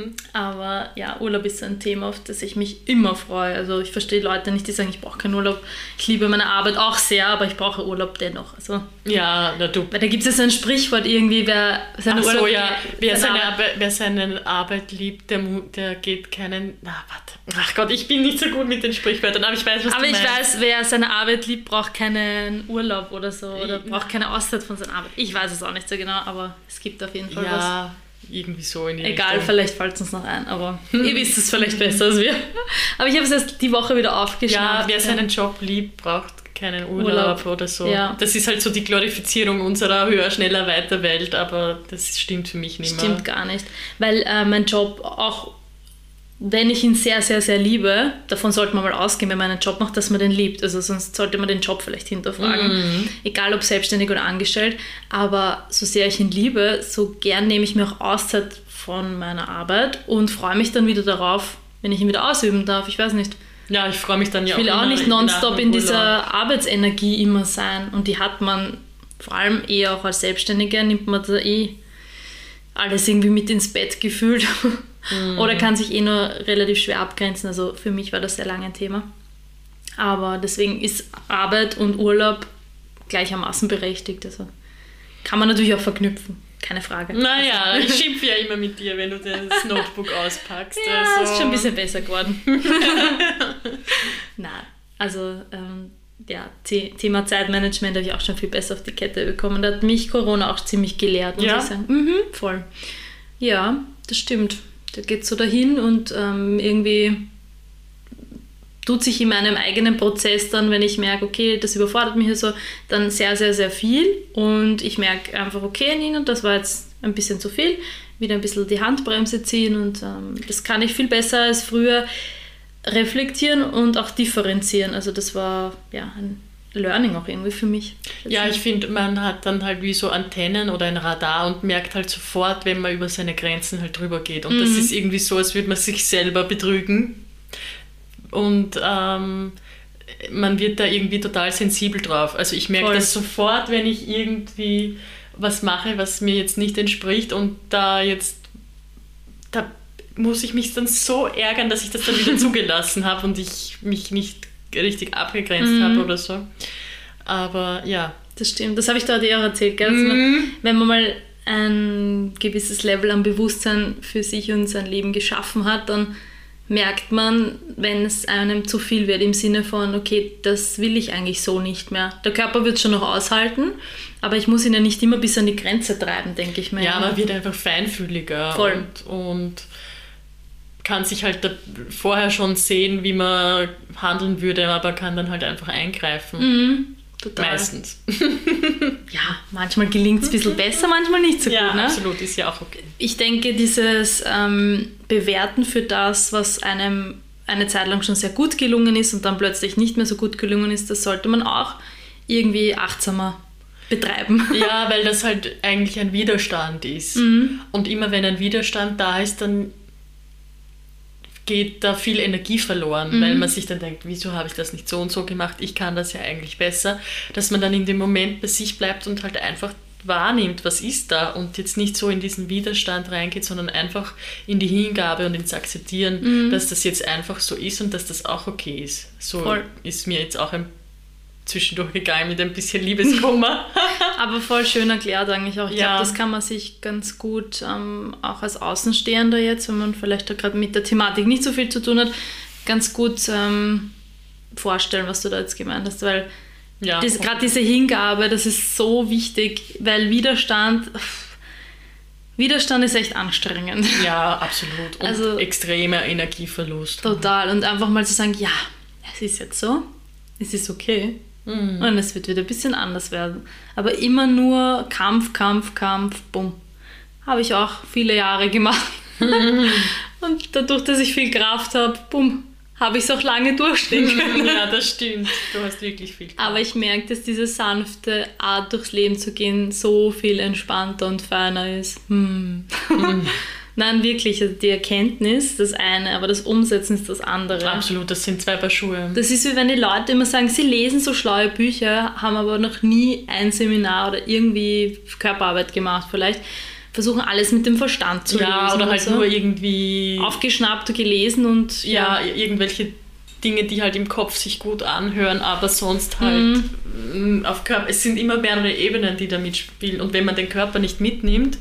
Aber ja, Urlaub ist ein Thema, auf das ich mich immer freue. Also ich verstehe Leute nicht, die sagen, ich brauche keinen Urlaub. Ich liebe meine Arbeit auch sehr, aber ich brauche Urlaub dennoch. Also, Ja, na du. weil da gibt es ja so ein Sprichwort irgendwie, wer seine Ach so, Urlaub... ja. Wer seine seine, Arbeit- Arbeit, wer seine Arbeit liebt, der, mu- der geht keinen... Na, warte. Ach Gott, ich bin nicht so gut mit den Sprichwörtern, aber ich weiß, was Aber du ich meinst. weiß, wer seine Arbeit liebt, braucht keinen Urlaub oder so. Oder braucht keine Auszeit von seiner Arbeit. Ich weiß es auch nicht so genau, aber es gibt auf jeden Fall was. Ja, irgendwie so in die Egal, Richtung. vielleicht fällt es uns noch ein, aber ihr wisst es vielleicht besser als wir. Aber ich habe es erst die Woche wieder Ja, aufgeschnappt. wer seinen Job liebt, braucht keinen Urlaub, Urlaub. oder so. Ja. Das ist halt so die Glorifizierung unserer höher, schneller, weiter Welt, aber das stimmt für mich nicht mehr. Stimmt gar nicht. Weil äh, mein Job, auch wenn ich ihn sehr, sehr, sehr liebe, davon sollte man mal ausgehen, wenn man einen Job macht, dass man den liebt. Also sonst sollte man den Job vielleicht hinterfragen. Mhm. Egal ob selbstständig oder angestellt. Aber so sehr ich ihn liebe, so gern nehme ich mir auch Auszeit von meiner Arbeit und freue mich dann wieder darauf, wenn ich ihn wieder ausüben darf. Ich weiß nicht. Ja, ich freue mich dann ja Ich will auch immer nicht nach nonstop dem in Urlaub. dieser Arbeitsenergie immer sein. Und die hat man vor allem eh auch als Selbstständiger, nimmt man da eh alles irgendwie mit ins Bett gefühlt. Mhm. Oder kann sich eh nur relativ schwer abgrenzen. Also für mich war das sehr lange ein Thema. Aber deswegen ist Arbeit und Urlaub gleichermaßen berechtigt. Also kann man natürlich auch verknüpfen. Keine Frage. Naja, ich schimpfe ja immer mit dir, wenn du das Notebook auspackst. Ja, also. ist schon ein bisschen besser geworden. Nein, also ähm, ja, The- Thema Zeitmanagement habe ich auch schon viel besser auf die Kette bekommen. Da hat mich Corona auch ziemlich gelehrt, muss Ja? ich sagen. Mhm, voll. Ja, das stimmt. Da geht so dahin und ähm, irgendwie tut sich in meinem eigenen Prozess dann, wenn ich merke, okay, das überfordert mich hier so, dann sehr, sehr, sehr viel und ich merke einfach, okay, Nina, das war jetzt ein bisschen zu viel, wieder ein bisschen die Handbremse ziehen und ähm, das kann ich viel besser als früher reflektieren und auch differenzieren. Also das war ja ein Learning auch irgendwie für mich. Ja, ich finde, man hat dann halt wie so Antennen oder ein Radar und merkt halt sofort, wenn man über seine Grenzen halt drüber geht. Und das ist irgendwie so, als würde man sich selber betrügen. Und ähm, man wird da irgendwie total sensibel drauf. Also ich merke Voll. das sofort, wenn ich irgendwie was mache, was mir jetzt nicht entspricht und da jetzt, da muss ich mich dann so ärgern, dass ich das dann wieder zugelassen habe und ich mich nicht richtig abgegrenzt Mhm. habe oder so. Aber ja. Das stimmt, das habe ich da dir auch erzählt. Gell? Also man, Mhm. wenn man mal ein gewisses Level an Bewusstsein für sich und sein Leben geschaffen hat, dann merkt man, wenn es einem zu viel wird, im Sinne von, okay, das will ich eigentlich so nicht mehr. Der Körper wird es schon noch aushalten, aber ich muss ihn ja nicht immer bis an die Grenze treiben, denke ich mir. Ja, man wird einfach feinfühliger Voll. und, und kann sich halt da vorher schon sehen, wie man handeln würde, aber kann dann halt einfach eingreifen. Mhm, total. Meistens. Ja, manchmal gelingt es ein bisschen besser, manchmal nicht so Ja, gut. Ne? absolut, ist ja auch okay. Ich denke, dieses ähm, Bewerten für das, was einem eine Zeit lang schon sehr gut gelungen ist und dann plötzlich nicht mehr so gut gelungen ist, das sollte man auch irgendwie achtsamer betreiben. Ja, weil das halt eigentlich ein Widerstand ist. Mhm. Und immer wenn ein Widerstand da ist, dann geht da viel Energie verloren, mhm. weil man sich dann denkt, wieso habe ich das nicht so und so gemacht, ich kann das ja eigentlich besser, dass man dann in dem Moment bei sich bleibt und halt einfach wahrnimmt, was ist da und jetzt nicht so in diesen Widerstand reingeht, sondern einfach in die Hingabe und ins Akzeptieren, mhm. dass das jetzt einfach so ist und dass das auch okay ist. So voll. Ist mir jetzt auch ein zwischendurch gegangen mit ein bisschen Liebeskummer. Aber voll schön erklärt eigentlich auch. Ich ja. glaube, das kann man sich ganz gut, ähm, auch als Außenstehender jetzt, wenn man vielleicht gerade mit der Thematik nicht so viel zu tun hat, ganz gut ähm, vorstellen, was du da jetzt gemeint hast, weil ja, diese, gerade diese Hingabe, das ist so wichtig, weil Widerstand, Widerstand ist echt anstrengend. Ja, absolut. Und also, extremer Energieverlust. Total. Und einfach mal zu sagen, ja, es ist jetzt so, es ist okay. Mhm. Und es wird wieder ein bisschen anders werden. Aber immer nur Kampf, Kampf, Kampf, bumm. Habe ich auch viele Jahre gemacht. Mhm. Und dadurch, dass ich viel Kraft habe, bumm, habe ich es auch lange durchstehen können. Ja, das stimmt. Du hast wirklich viel Kraft. Aber ich merke, dass diese sanfte Art, durchs Leben zu gehen, so viel entspannter und feiner ist. Hm. Mhm. Nein, wirklich, also die Erkenntnis, das eine, aber das Umsetzen ist das andere. Absolut, das sind zwei Paar Schuhe. Das ist wie wenn die Leute immer sagen, sie lesen so schlaue Bücher, haben aber noch nie ein Seminar oder irgendwie Körperarbeit gemacht vielleicht, versuchen alles mit dem Verstand zu ja, lösen. Oder halt so. Nur irgendwie... Aufgeschnappt, gelesen und... Ja, ja, irgendwelche Dinge, die halt im Kopf sich gut anhören, aber sonst halt mhm. auf Körper... Es sind immer mehrere Ebenen, die da mitspielen und wenn man den Körper nicht mitnimmt,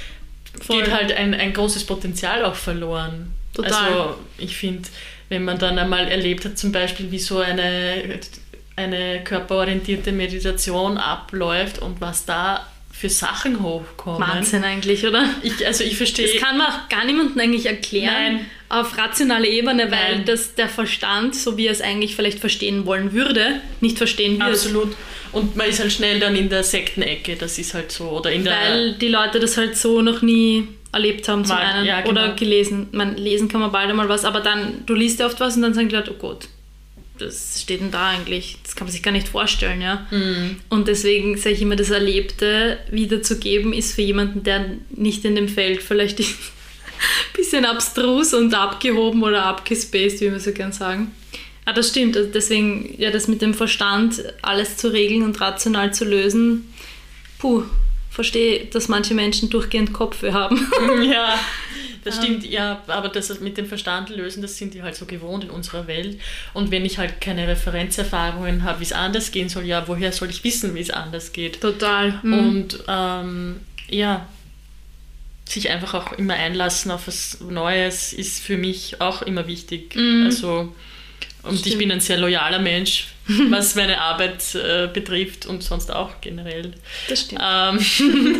voll. Geht halt ein, ein großes Potenzial auch verloren. Total. Also ich finde, wenn man dann einmal erlebt hat, zum Beispiel, wie so eine, eine körperorientierte Meditation abläuft und was da für Sachen hochkommen. Wahnsinn eigentlich, oder? Ich, also ich verstehe... Das kann man auch gar niemandem eigentlich erklären. Nein. Auf rationaler Ebene, weil Nein. das der Verstand, so wie er es eigentlich vielleicht verstehen wollen würde, nicht verstehen wird. Absolut. Und man ist halt schnell dann in der Sektenecke, das ist halt so. Oder in der weil die Leute das halt so noch nie erlebt haben zum einen. Ja, genau. Oder gelesen. Man, lesen kann man bald einmal was, aber dann, du liest ja oft was und dann sagen die Leute, oh Gott, das steht denn da eigentlich? Das kann man sich gar nicht vorstellen, ja. Mhm. Und deswegen sage ich immer, das Erlebte wiederzugeben ist für jemanden, der nicht in dem Feld vielleicht ist, ein bisschen abstrus und abgehoben oder abgespaced, wie wir so gern sagen. Ah, das stimmt. Also deswegen, ja, das mit dem Verstand alles zu regeln und rational zu lösen, puh, verstehe, dass manche Menschen durchgehend Kopfweh haben. Ja, das stimmt, ja, aber das mit dem Verstand lösen, das sind die halt so gewohnt in unserer Welt. Und wenn ich halt keine Referenzerfahrungen habe, wie es anders gehen soll, ja, woher soll ich wissen, wie es anders geht? Total. Mhm. Und ähm, ja, sich einfach auch immer einlassen auf was Neues ist für mich auch immer wichtig. Mhm. Also, und stimmt. Ich bin ein sehr loyaler Mensch, was meine Arbeit äh, betrifft und sonst auch generell. Das stimmt. Ähm,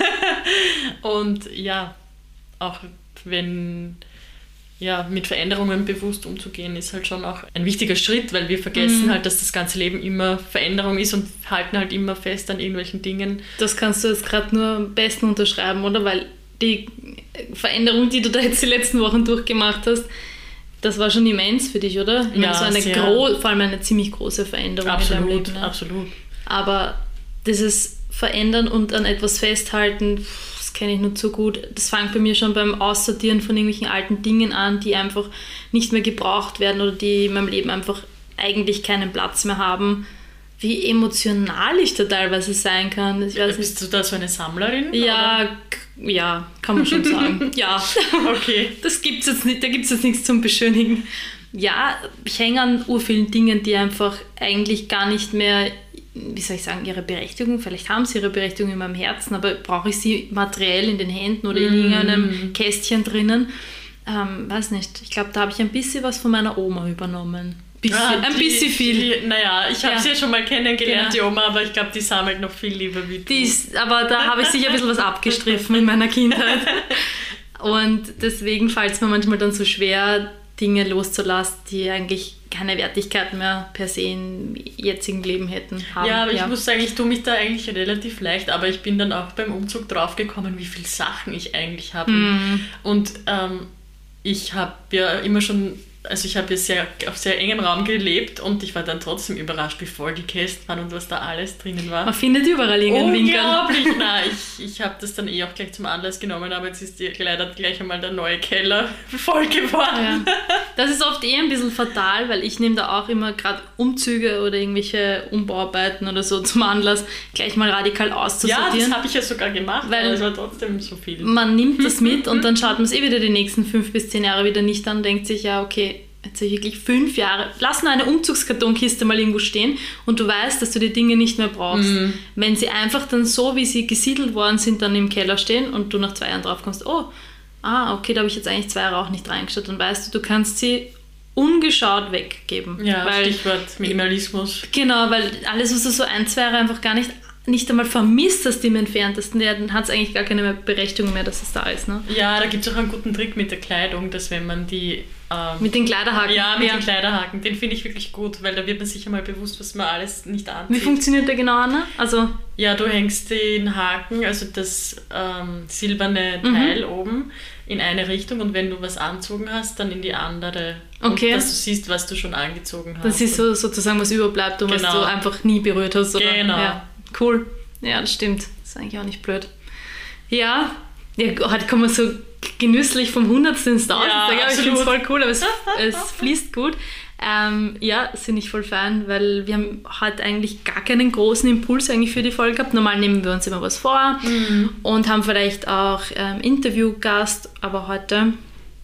und ja, auch wenn ja, mit Veränderungen bewusst umzugehen, ist halt schon auch ein wichtiger Schritt, weil wir vergessen mhm. halt, dass das ganze Leben immer Veränderung ist und halten halt immer fest an irgendwelchen Dingen. Das kannst du jetzt gerade nur am besten unterschreiben, oder? Weil die Veränderung, die du da jetzt die letzten Wochen durchgemacht hast, das war schon immens für dich, oder? Ich ja, meine, so eine gro- vor allem eine ziemlich große Veränderung absolut, in deinem Leben. Ne? Absolut. Aber dieses Verändern und an etwas festhalten, das kenne ich nur zu gut. Das fängt bei mir schon beim Aussortieren von irgendwelchen alten Dingen an, die einfach nicht mehr gebraucht werden oder die in meinem Leben einfach eigentlich keinen Platz mehr haben. Wie emotional ich da teilweise sein kann. Ich weiß Bist nicht. Du da so eine Sammlerin? Ja, k- ja, kann man schon sagen. Ja, okay. Das gibt's jetzt nicht, da gibt es jetzt nichts zum Beschönigen. Ja, ich hänge an urvielen Dingen, die einfach eigentlich gar nicht mehr, wie soll ich sagen, ihre Berechtigung, vielleicht haben sie ihre Berechtigung in meinem Herzen, aber brauche ich sie materiell in den Händen oder in mm. irgendeinem Kästchen drinnen? Ähm, weiß nicht. Ich glaube, da habe ich ein bisschen was von meiner Oma übernommen. Bisschen, ah, ein die, bisschen viel. Die, naja, ich habe ja. sie ja schon mal kennengelernt, genau. Die Oma, aber ich glaube, die sammelt noch viel lieber wie du. Die ist, aber da habe ich sicher ein bisschen was abgestriffen in meiner Kindheit. Und deswegen fällt es mir manchmal dann so schwer, Dinge loszulassen, die eigentlich keine Wertigkeit mehr per se im jetzigen Leben hätten. Haben. Ja, aber ja. ich muss sagen, ich tue mich da eigentlich relativ leicht, aber ich bin dann auch beim Umzug draufgekommen, wie viele Sachen ich eigentlich habe. Mm. Und ähm, ich habe ja immer schon also ich habe ja sehr, auf sehr engem Raum gelebt und ich war dann trotzdem überrascht, wie voll die Kästen waren und was da alles drinnen war. Man findet überall irgendeinen Winkel. Unglaublich! Nein, ich, ich habe das dann eh auch gleich zum Anlass genommen, aber jetzt ist die, leider gleich einmal der neue Keller voll geworden. Ja. Das ist oft eh ein bisschen fatal, weil ich nehme da auch immer gerade Umzüge oder irgendwelche Umbauarbeiten oder so zum Anlass, gleich mal radikal auszusortieren. Ja, das habe ich ja sogar gemacht, weil aber es war trotzdem so viel. Man nimmt das mit und dann schaut man es eh wieder die nächsten fünf bis zehn Jahre wieder nicht an und denkt sich, ja okay, jetzt habe ich wirklich fünf Jahre, lass nur eine Umzugskartonkiste mal irgendwo stehen und du weißt, dass du die Dinge nicht mehr brauchst. Mhm. Wenn sie einfach dann so, wie sie gesiedelt worden sind, dann im Keller stehen und du nach zwei Jahren drauf kommst, oh, ah, okay, da habe ich jetzt eigentlich zwei Jahre auch nicht reingeschaut, dann weißt du, du kannst sie ungeschaut weggeben. Ja, weil, Stichwort Minimalismus. Genau, weil alles, was du so ein, zwei Jahre einfach gar nicht nicht einmal vermisst hast im Entferntesten, ja, dann hat es eigentlich gar keine Berechtigung mehr, dass es da ist. Ne? Ja, da gibt es auch einen guten Trick mit der Kleidung, dass wenn man die... Ähm, mit den Kleiderhaken? Ja, mit ja. den Kleiderhaken. Den finde ich wirklich gut, weil da wird man sich einmal bewusst, was man alles nicht anzieht. Wie funktioniert der genau, Anna? Also ja, du hängst den Haken, also das ähm, silberne Teil mhm. oben, in eine Richtung und wenn du was anzogen hast, dann in die andere. Okay. Und dass du siehst, was du schon angezogen hast. Das ist so, sozusagen, was überbleibt und genau. was du einfach nie berührt hast. Oder? Genau. Ja. Cool. Ja, das stimmt. Das ist eigentlich auch nicht blöd. Ja, ja heute kommen wir so genüsslich vom Hundertsten ins Tausendste. Ja, ich finde es voll cool, aber es, es fließt gut. Ähm, ja, sind ich voll fein, weil wir haben heute eigentlich gar keinen großen Impuls eigentlich für die Folge gehabt. Normal nehmen wir uns immer was vor mhm. und haben vielleicht auch ähm, Interviewgast, aber heute...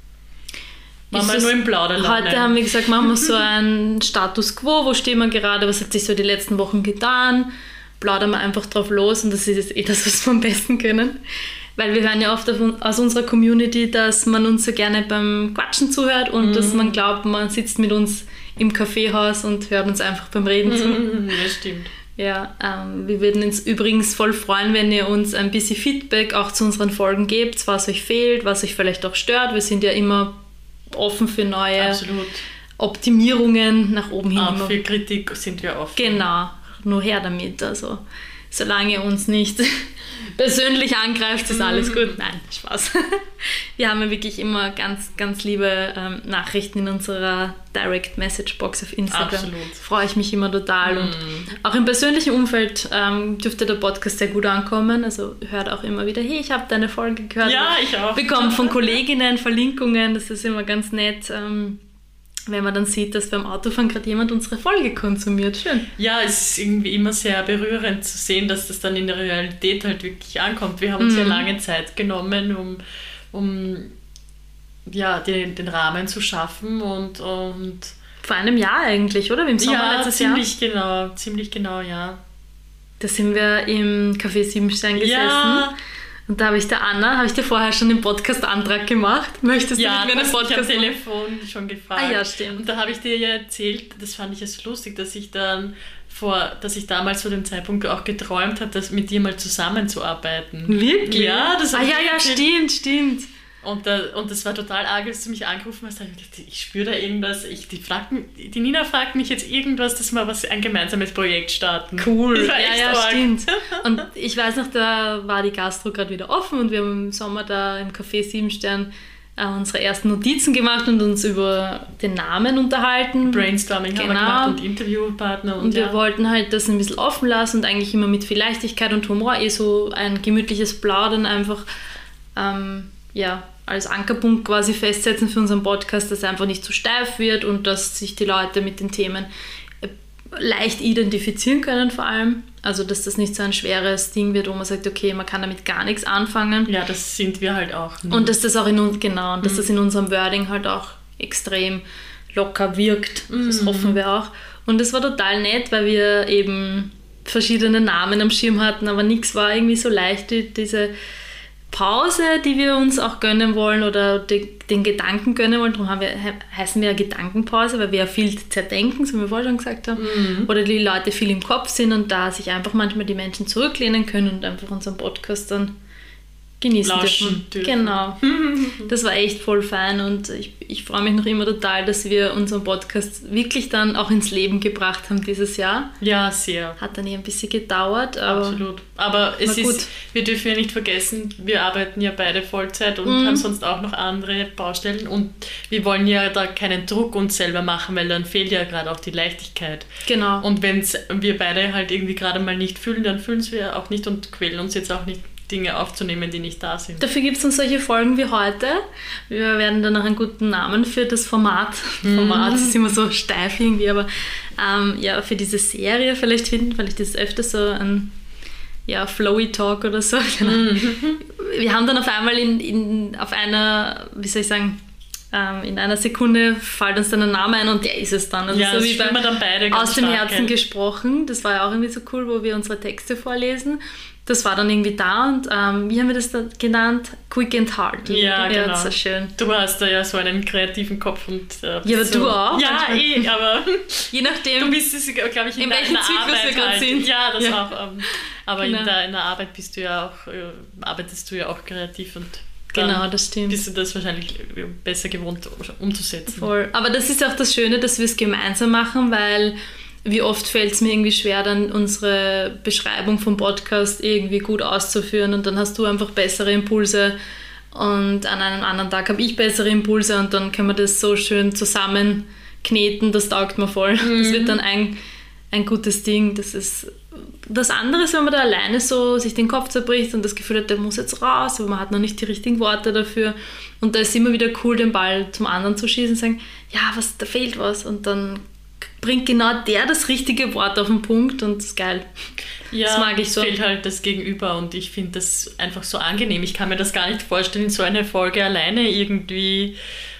Machen wir nur im Plauderlaune. Heute haben wir gesagt, machen wir so einen Status Quo, wo stehen wir gerade, was hat sich so die letzten Wochen getan, plaudern wir einfach drauf los und das ist jetzt eh das, was wir am besten können. Weil wir hören ja oft aus unserer Community, dass man uns so gerne beim Quatschen zuhört und mhm. dass man glaubt, man sitzt mit uns im Kaffeehaus und hört uns einfach beim Reden zu. Mhm, das stimmt. Ja, ähm, wir würden uns übrigens voll freuen, wenn ihr uns ein bisschen Feedback auch zu unseren Folgen gebt, was euch fehlt, was euch vielleicht auch stört. Wir sind ja immer offen für neue Absolut. Optimierungen nach oben hin. Auch für Kritik sind wir offen. Genau, nur her damit. Also, solange ihr uns nicht persönlich angreift, ist alles gut. Nein, Spaß. Wir haben ja wirklich immer ganz, ganz liebe ähm, Nachrichten in unserer Direct Message Box auf Instagram. Absolut. Freue ich mich immer total. Mm. Und auch im persönlichen Umfeld ähm, dürfte der Podcast sehr gut ankommen. Also hört auch immer wieder, hey, ich habe deine Folge gehört. Ja, ich auch. Bekommt von Kolleginnen Verlinkungen. Das ist immer ganz nett. Ähm, wenn man dann sieht, dass beim Autofahren gerade jemand unsere Folge konsumiert. Schön. Ja, es ist irgendwie immer sehr berührend zu sehen, dass das dann in der Realität halt wirklich ankommt. Wir haben uns mm. ja lange Zeit genommen, um, um ja, den, den Rahmen zu schaffen und, und vor einem Jahr eigentlich, oder? Wie im Sommer ja, letztes ziemlich Jahr? genau, ziemlich genau, ja. Da sind wir im Café Siebenstein gesessen. Ja. Und da habe ich der Anna, habe ich dir vorher schon den Podcast-Antrag gemacht. Möchtest ja, du mit mir einen Podcast machen? Ja, ich habe Telefon schon gefragt. Ah ja, stimmt. Und da habe ich dir ja erzählt, das fand ich jetzt lustig, dass ich dann vor, dass ich damals zu dem Zeitpunkt auch geträumt habe, das mit dir mal zusammenzuarbeiten. Wirklich? Ja, das Ah ja, ja, erzählt. stimmt, stimmt. Und, da, und das war total arg, als du mich angerufen hast. Da habe ich gedacht, ich spüre da irgendwas. Ich, die, fragt, die Nina fragt mich jetzt irgendwas, dass wir was, ein gemeinsames Projekt starten. Cool, ja, ja, arg. Stimmt. Und ich weiß noch, da war die Gastro gerade wieder offen und wir haben im Sommer da im Café Siebenstern äh, unsere ersten Notizen gemacht und uns über den Namen unterhalten. Brainstorming genau. haben wir gemacht und Interviewpartner. Und, und wir ja. wollten halt das ein bisschen offen lassen und eigentlich immer mit viel Leichtigkeit und Humor, eh so ein gemütliches Plaudern einfach ähm, ja, als Ankerpunkt quasi festsetzen für unseren Podcast, dass er einfach nicht zu steif wird und dass sich die Leute mit den Themen leicht identifizieren können vor allem. Also dass das nicht so ein schweres Ding wird, wo man sagt, okay, man kann damit gar nichts anfangen. Ja, das sind wir halt auch. Nie. Und dass das auch in uns, genau, und dass mhm. das in unserem Wording halt auch extrem locker wirkt. Das mhm. hoffen wir auch. Und das war total nett, weil wir eben verschiedene Namen am Schirm hatten, aber nichts war irgendwie so leicht wie diese Pause, die wir uns auch gönnen wollen oder die, den Gedanken gönnen wollen. Darum haben wir, heißen wir ja Gedankenpause, weil wir ja viel zerdenken, so wie wir vorher schon gesagt haben. Mhm. Oder die Leute viel im Kopf sind und da sich einfach manchmal die Menschen zurücklehnen können und einfach unseren Podcast dann genießen lauschen dürfen. dürfen. Genau. Das war echt voll fein und ich, ich freue mich noch immer total, dass wir unseren Podcast wirklich dann auch ins Leben gebracht haben dieses Jahr. Ja, sehr. Hat dann eh ein bisschen gedauert, aber absolut. Aber es ist, gut. Wir dürfen ja nicht vergessen, wir arbeiten ja beide Vollzeit und mhm. haben sonst auch noch andere Baustellen und wir wollen ja da keinen Druck uns selber machen, weil dann fehlt ja gerade auch die Leichtigkeit. Genau. Und wenn wir beide halt irgendwie gerade mal nicht fühlen, dann fühlen wir auch nicht und quälen uns jetzt auch nicht, Dinge aufzunehmen, die nicht da sind. Dafür gibt es dann solche Folgen wie heute. Wir werden dann noch einen guten Namen für das Format. Mm. Format ist immer so steif irgendwie, aber ähm, ja, für diese Serie vielleicht finden. Vielleicht ist es öfter so ein ja, flowy Talk oder so. Mm. Wir haben dann auf einmal in, in, auf einer, wie soll ich sagen, ähm, in einer Sekunde fällt uns dann ein Name ein und der ist es dann. Also ja, so wie bei wir dann beide ganz Aus dem stark, Herzen gell? Gesprochen. Das war ja auch irgendwie so cool, wo wir unsere Texte vorlesen. Das war dann irgendwie da und ähm, wie haben wir das da genannt? Quick and hard. Ja, ja, genau. Das ist schön. Du hast da ja so einen kreativen Kopf und äh, ja, aber so, du auch. Ja, eh, aber je nachdem, du bist, glaube ich, in, in der, welchem in der Zyklus Arbeit wir gerade halt. sind. Ja, das ja. auch. Ähm, aber genau. in, der, in der Arbeit bist du ja auch, äh, arbeitest du ja auch kreativ und genau, das stimmt. Bist du das wahrscheinlich besser gewohnt umzusetzen. Voll. Aber das ist auch das Schöne, dass wir es gemeinsam machen, weil wie oft fällt es mir irgendwie schwer, dann unsere Beschreibung vom Podcast irgendwie gut auszuführen und dann hast du einfach bessere Impulse und an einem anderen Tag habe ich bessere Impulse und dann können wir das so schön zusammenkneten, das taugt mir voll. Mhm. Das wird dann ein, ein gutes Ding. Das ist das andere ist, wenn man da alleine so sich den Kopf zerbricht und das Gefühl hat, der muss jetzt raus, aber man hat noch nicht die richtigen Worte dafür und da ist immer wieder cool, den Ball zum anderen zu schießen und sagen, ja, was, da fehlt was und dann bringt genau der das richtige Wort auf den Punkt und das ist geil. Ja, das mag ich so. Es fehlt halt das Gegenüber und ich finde das einfach so angenehm. Ich kann mir das gar nicht vorstellen, so eine Folge alleine irgendwie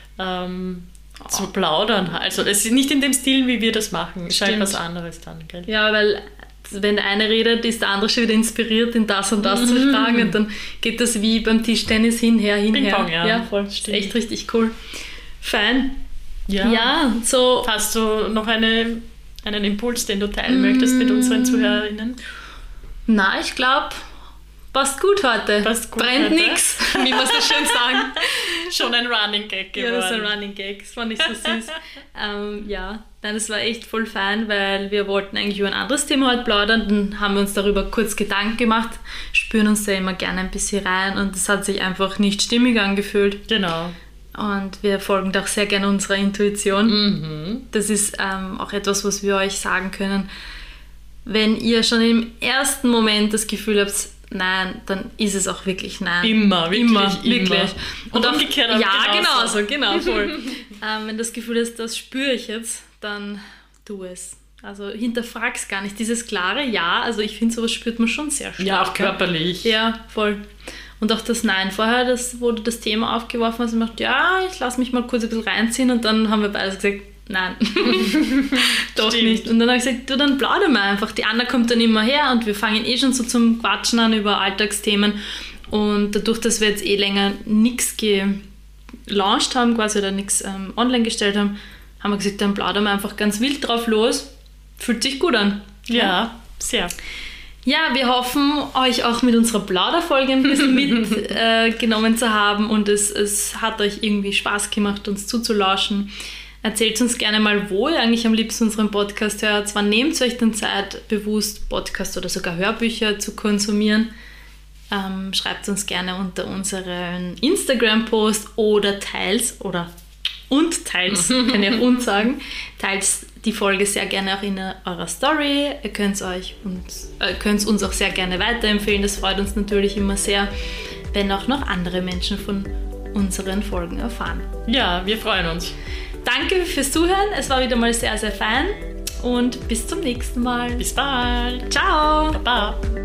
ähm, oh. zu plaudern. Also es ist nicht in dem Stil, wie wir das machen. Es ist halt was anderes dann. Gell? Ja, weil wenn der eine redet, ist der andere schon wieder inspiriert, in das und das mm. zu fragen und dann geht das wie beim Tischtennis hinher, hinher. Ping-Pong, ja. Ja, voll. Stimmt. Echt richtig cool. Fein. Ja. ja, so. Hast du noch eine, einen Impuls, den du teilen mm. möchtest mit unseren Zuhörerinnen? Na, ich glaube, passt gut heute. Passt gut Brennt heute. Nix, wie man so schön sagen. Schon ein Running Gag geworden. Ja, das ist ein Running Gag. Das fand ich so süß. ähm, ja, nein, das war echt voll fein, weil wir wollten eigentlich über ein anderes Thema heute plaudern. Dann haben wir uns darüber kurz Gedanken gemacht, spüren uns da immer gerne ein bisschen rein und es hat sich einfach nicht stimmig angefühlt. Genau. Und wir folgen doch sehr gerne unserer Intuition. Mhm. Das ist ähm, auch etwas, was wir euch sagen können. Wenn ihr schon im ersten Moment das Gefühl habt, nein, dann ist es auch wirklich nein. Immer, wirklich, immer. immer. Wirklich. Und, und umgekehrt auch ja, genauso. genauso, genau, voll. ähm, wenn das Gefühl ist, das spüre ich jetzt, dann tu es. Also hinterfrag's gar nicht. Dieses klare Ja, also ich finde, sowas spürt man schon sehr stark. Ja, auch körperlich. Ja, voll. Und auch das Nein. Vorher, das, wo du das Thema aufgeworfen hast, und dachte, ja, ich lasse mich mal kurz ein bisschen reinziehen und dann haben wir beide gesagt, nein, doch Stimmt. nicht. Und dann habe ich gesagt, du, dann plaudern wir einfach. Die Anna kommt dann immer her und wir fangen eh schon so zum Quatschen an über Alltagsthemen. Und dadurch, dass wir jetzt eh länger nichts gelauncht haben, quasi oder nichts ähm, online gestellt haben, haben wir gesagt, dann plaudern wir einfach ganz wild drauf los. Fühlt sich gut an. Ja, ja, sehr. Ja, wir hoffen, euch auch mit unserer Plauderfolge ein bisschen mitgenommen äh, zu haben und es, es hat euch irgendwie Spaß gemacht, uns zuzulauschen. Erzählt uns gerne mal, wo ihr eigentlich am liebsten unseren Podcast hört. Wann nehmt ihr euch denn Zeit, bewusst Podcast oder sogar Hörbücher zu konsumieren? Ähm, schreibt uns gerne unter unseren Instagram-Post oder teils oder und teils, kann ich auch uns sagen, teils die Folge sehr gerne auch in eurer Story. Ihr könnt euch uns, äh, könnt uns auch sehr gerne weiterempfehlen. Das freut uns natürlich immer sehr, wenn auch noch andere Menschen von unseren Folgen erfahren. Ja, wir freuen uns. Danke fürs Zuhören. Es war wieder mal sehr, sehr fein. Und bis zum nächsten Mal. Bis bald. Ciao. Baba.